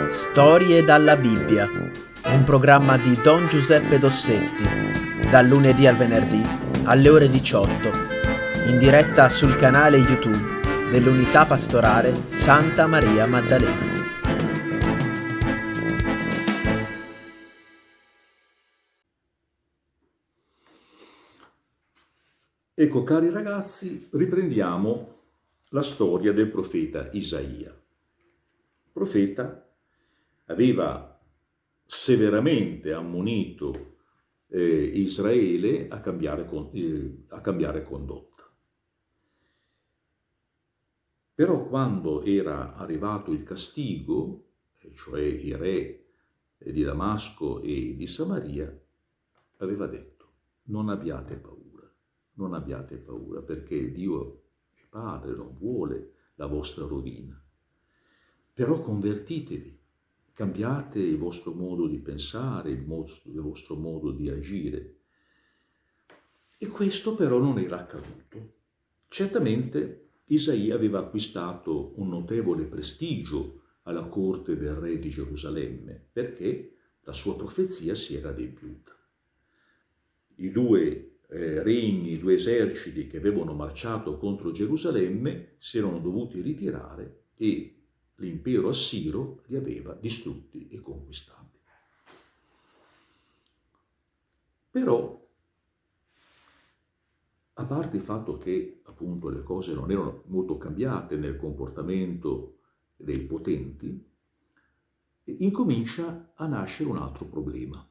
Storie dalla Bibbia, un programma di Don Giuseppe Dossetti, dal lunedì al venerdì alle ore 18, in diretta sul canale YouTube dell'Unità Pastorale Santa Maria Maddalena. Ecco, cari ragazzi, riprendiamo la storia del profeta Isaia. Il profeta aveva severamente ammonito Israele a cambiare condotta. Però quando era arrivato il castigo, cioè i re di Damasco e di Samaria, aveva detto: non abbiate paura, perché Dio è Padre, non vuole la vostra rovina. Però convertitevi, cambiate il vostro modo di pensare, il vostro modo di agire. E questo però non era accaduto. Certamente Isaia aveva acquistato un notevole prestigio alla corte del re di Gerusalemme, perché la sua profezia si era adempiuta. I due regni, i due eserciti che avevano marciato contro Gerusalemme si erano dovuti ritirare e l'impero assiro li aveva distrutti e conquistati. Però, a parte il fatto che appunto le cose non erano molto cambiate nel comportamento dei potenti, incomincia a nascere un altro problema.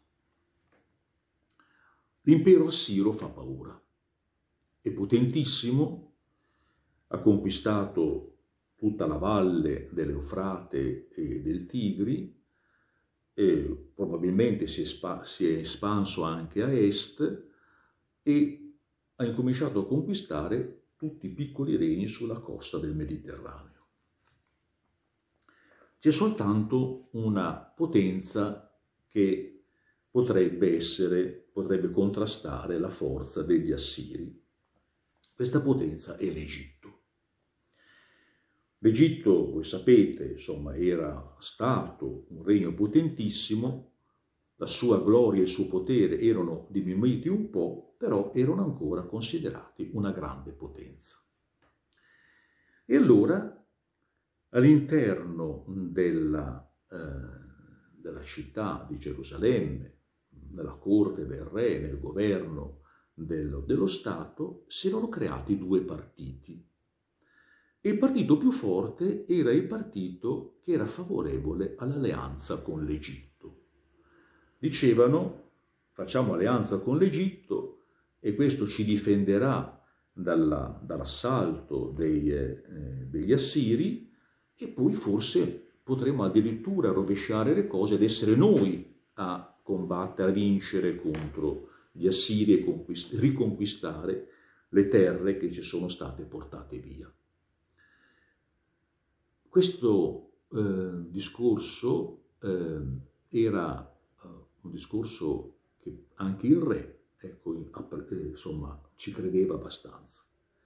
L'impero assiro fa paura, è potentissimo, ha conquistato tutta la valle dell'Eufrate e del Tigri, e probabilmente si è espanso anche a est e ha incominciato a conquistare tutti i piccoli regni sulla costa del Mediterraneo. C'è soltanto una potenza che potrebbe contrastare la forza degli Assiri. Questa potenza è l'Egitto. L'Egitto, voi sapete, insomma, era stato un regno potentissimo, la sua gloria e il suo potere erano diminuiti un po', però erano ancora considerati una grande potenza. E allora, all'interno della città di Gerusalemme, nella corte del re, nel governo dello Stato, si erano creati due partiti. Il partito più forte era il partito che era favorevole all'alleanza con l'Egitto. Dicevano: facciamo alleanza con l'Egitto e questo ci difenderà dall'assalto degli Assiri, e poi forse potremo addirittura rovesciare le cose ed essere noi a combattere, a vincere contro gli Assiri e riconquistare le terre che ci sono state portate via. Questo discorso era un discorso che anche il re, insomma, ci credeva abbastanza.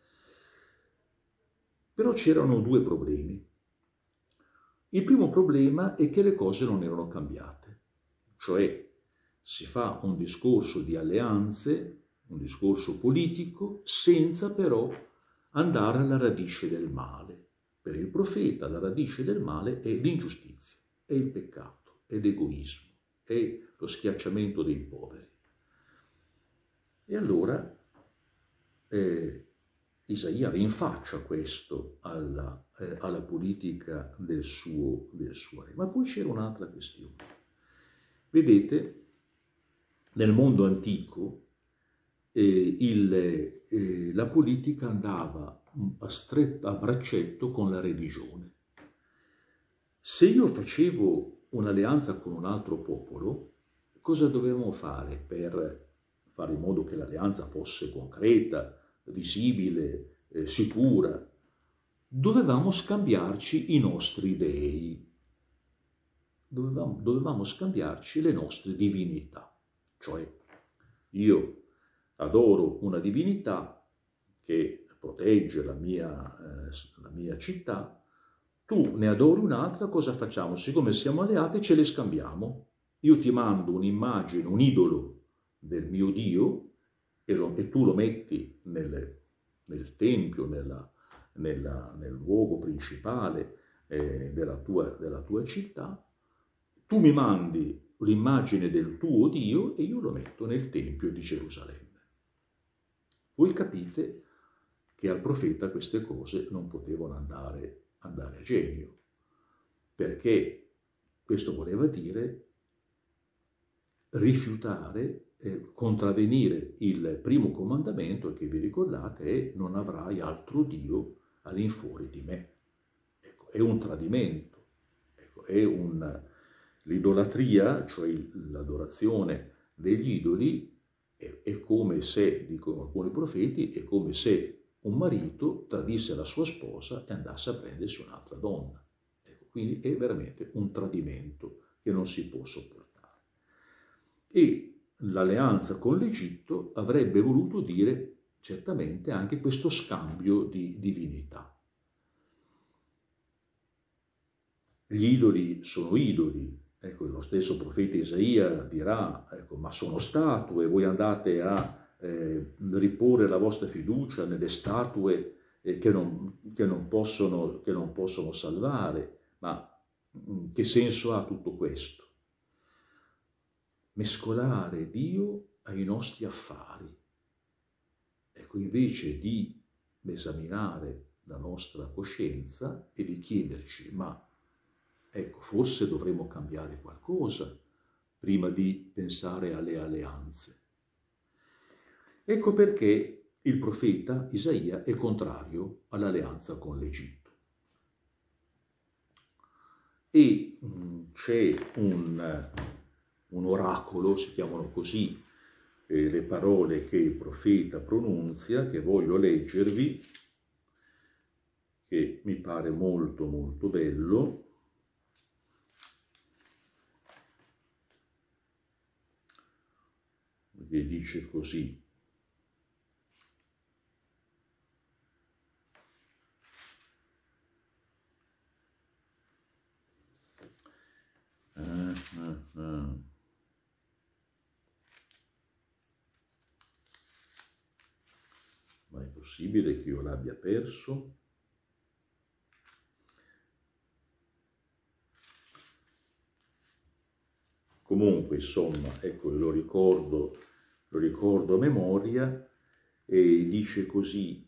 Però c'erano due problemi. Il primo problema è che le cose non erano cambiate, cioè si fa un discorso di alleanze, un discorso politico, senza però andare alla radice del male. Per il profeta la radice del male è l'ingiustizia, è il peccato, è l'egoismo, è lo schiacciamento dei poveri. E allora Isaia rinfaccia questo alla politica del suo re. Ma poi c'era un'altra questione. Vedete, nel mondo antico la politica andava a braccetto con la religione. Se io facevo un'alleanza con un altro popolo, cosa dovevamo fare per fare in modo che l'alleanza fosse concreta, visibile, sicura? Dovevamo scambiarci i nostri dei, dovevamo scambiarci le nostre divinità. Cioè, io adoro una divinità che protegge la mia città, tu ne adori un'altra, cosa facciamo? Siccome siamo alleati, ce le scambiamo. Io ti mando un'immagine, un idolo del mio Dio, e tu lo metti nel tempio, nel luogo principale della tua città. Tu mi mandi l'immagine del tuo Dio e io lo metto nel Tempio di Gerusalemme. Voi capite che al profeta queste cose non potevano andare a genio, perché questo voleva dire rifiutare, contravvenire il primo comandamento che vi ricordate è: non avrai altro Dio all'infuori di me. Ecco, è un tradimento, ecco, l'idolatria, cioè l'adorazione degli idoli, è come se, dicono alcuni profeti, è come se un marito tradisse la sua sposa e andasse a prendersi un'altra donna. Ecco, quindi è veramente un tradimento che non si può sopportare. E l'alleanza con l'Egitto avrebbe voluto dire certamente anche questo scambio di divinità. Gli idoli sono idoli. Ecco, lo stesso profeta Isaia dirà: ecco, ma sono statue, voi andate a riporre la vostra fiducia nelle statue che non possono salvare. Ma che senso ha tutto questo? Mescolare Dio ai nostri affari. Ecco, invece di esaminare la nostra coscienza e di chiederci: ma ecco, forse dovremmo cambiare qualcosa prima di pensare alle alleanze. Ecco perché il profeta Isaia è contrario all'alleanza con l'Egitto. E c'è un oracolo, si chiamano così le parole che il profeta pronunzia, che voglio leggervi, che mi pare molto molto bello. Che dice così: ma è possibile che io l'abbia perso? Comunque, insomma, ecco, lo ricordo a memoria, e dice così: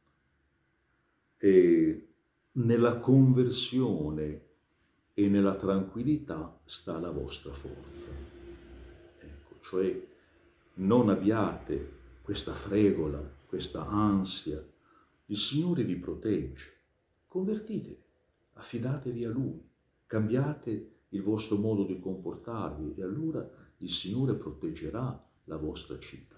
nella conversione e nella tranquillità sta la vostra forza. Ecco, cioè non abbiate questa fregola, questa ansia. Il Signore vi protegge. Convertitevi, affidatevi a Lui, cambiate il vostro modo di comportarvi e allora il Signore proteggerà la vostra città.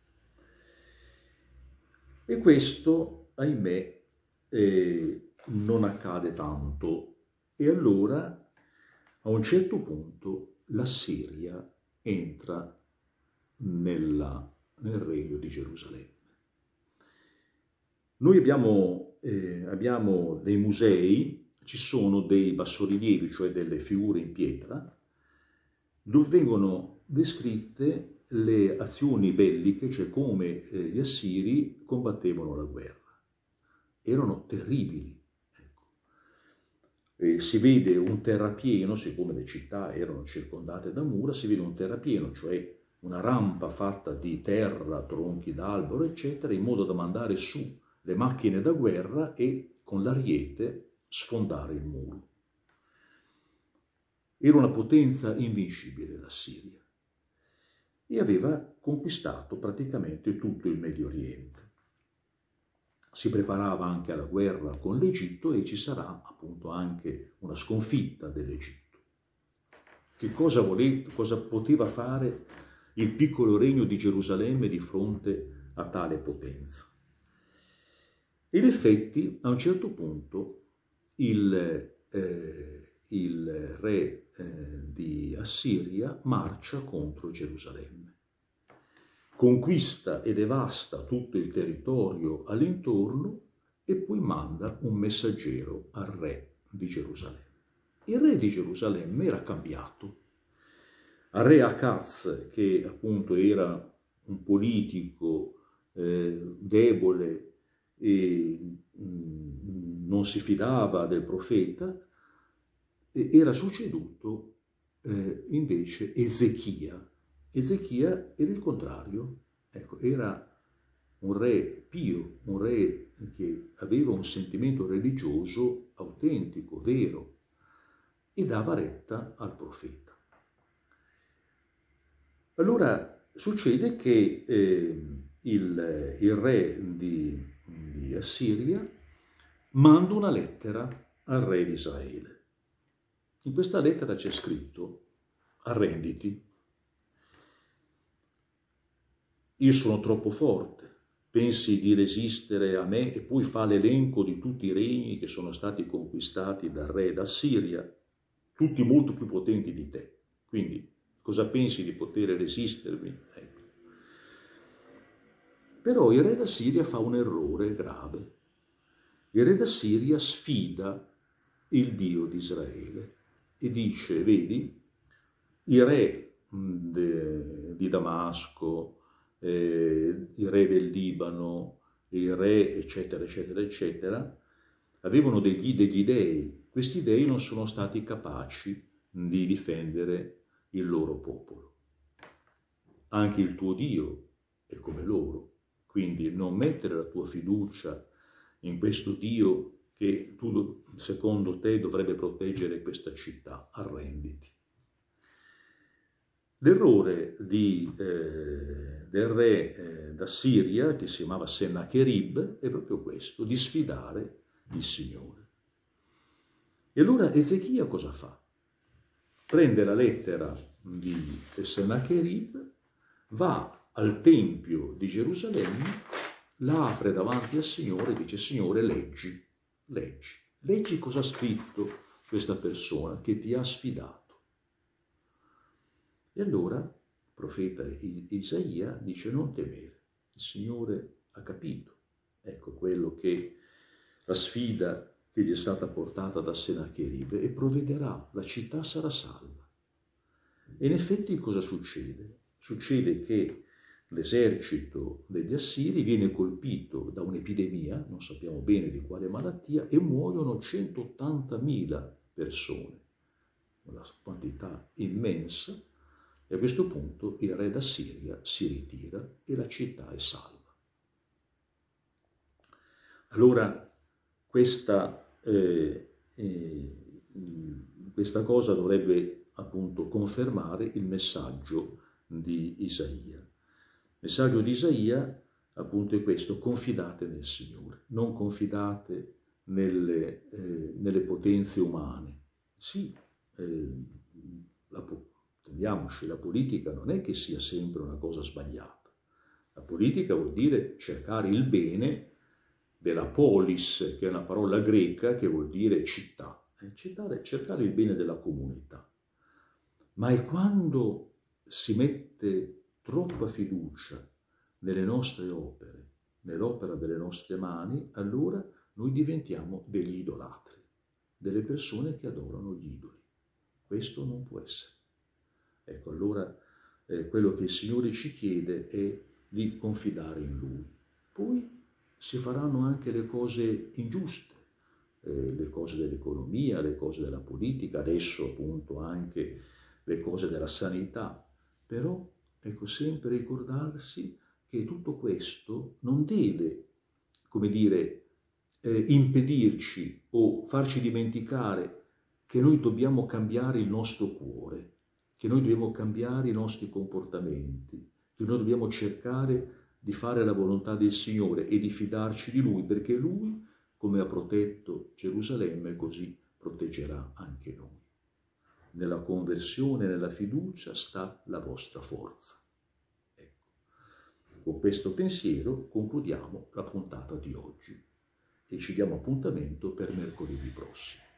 E questo, ahimè, non accade tanto. E allora, a un certo punto, l'Assiria entra nel regno di Gerusalemme. Noi abbiamo dei musei, ci sono dei bassorilievi, cioè delle figure in pietra, dove vengono descritte le azioni belliche, cioè come gli assiri combattevano la guerra. Erano terribili. Si vede un terrapieno, siccome le città erano circondate da mura, si vede un terrapieno, cioè una rampa fatta di terra, tronchi d'albero, eccetera, in modo da mandare su le macchine da guerra e con l'ariete sfondare il muro. Era una potenza invincibile l'Assiria e aveva conquistato praticamente tutto il Medio Oriente. Si preparava anche alla guerra con l'Egitto e ci sarà appunto anche una sconfitta dell'Egitto. Che cosa poteva fare il piccolo regno di Gerusalemme di fronte a tale potenza? E in effetti, a un certo punto, il re di Assiria marcia contro Gerusalemme, conquista e devasta tutto il territorio all'intorno e poi manda un messaggero al re di Gerusalemme. Il re di Gerusalemme era cambiato. Al re Acaz, che appunto era un politico debole e non si fidava del profeta, era succeduto invece Ezechia. Ezechia era il contrario, ecco, era un re pio, un re che aveva un sentimento religioso autentico, vero, e dava retta al profeta. Allora succede che il re di Assiria manda una lettera al re di Israele. In questa lettera c'è scritto: arrenditi, io sono troppo forte, pensi di resistere a me? E poi fa l'elenco di tutti i regni che sono stati conquistati dal re d'Assiria, tutti molto più potenti di te. Quindi cosa pensi di poter resistermi? Ecco. Però il re d'Assiria fa un errore grave. Il re d'Assiria sfida il Dio di Israele e dice: vedi, i re di Damasco, il re del Libano, il re eccetera eccetera eccetera, avevano degli dei. Questi dei non sono stati capaci di difendere il loro popolo. Anche il tuo Dio è come loro, quindi non mettere la tua fiducia in questo Dio che tu, secondo te, dovrebbe proteggere questa città. Arrenditi. L'errore del re d'Assiria, che si chiamava Sennacherib, è proprio questo, di sfidare il Signore. E allora Ezechia cosa fa? Prende la lettera di Sennacherib, va al Tempio di Gerusalemme, la apre davanti al Signore e dice: Signore, leggi, leggi. Leggi cosa ha scritto questa persona che ti ha sfidato. E allora il profeta Isaia dice: non temere, il Signore ha capito. Ecco quello che la sfida che gli è stata portata da Sennacherib, e provvederà, la città sarà salva. E in effetti cosa succede? Succede che l'esercito degli Assiri viene colpito da un'epidemia, non sappiamo bene di quale malattia, e muoiono 180.000 persone, una quantità immensa, e a questo punto il re d'Assiria si ritira e la città è salva. Allora questa cosa dovrebbe appunto confermare il messaggio di Isaia. Il messaggio di Isaia appunto è questo: confidate nel Signore, non confidate nelle potenze umane. Sì, intendiamoci, la politica non è che sia sempre una cosa sbagliata. La politica vuol dire cercare il bene della polis, che è una parola greca che vuol dire città, cercare il bene della comunità. Ma è quando si mette troppa fiducia nelle nostre opere, nell'opera delle nostre mani, allora noi diventiamo degli idolatri, delle persone che adorano gli idoli. Questo non può essere. Ecco, allora quello che il Signore ci chiede è di confidare in Lui. Poi si faranno anche le cose ingiuste, le cose dell'economia, le cose della politica, adesso appunto anche le cose della sanità, però ecco sempre ricordarsi che tutto questo non deve, come dire, impedirci o farci dimenticare che noi dobbiamo cambiare il nostro cuore, che noi dobbiamo cambiare i nostri comportamenti, che noi dobbiamo cercare di fare la volontà del Signore e di fidarci di Lui, perché Lui, come ha protetto Gerusalemme, così proteggerà anche noi. Nella conversione, nella fiducia sta la vostra forza. Ecco. Con questo pensiero concludiamo la puntata di oggi e ci diamo appuntamento per mercoledì prossimo.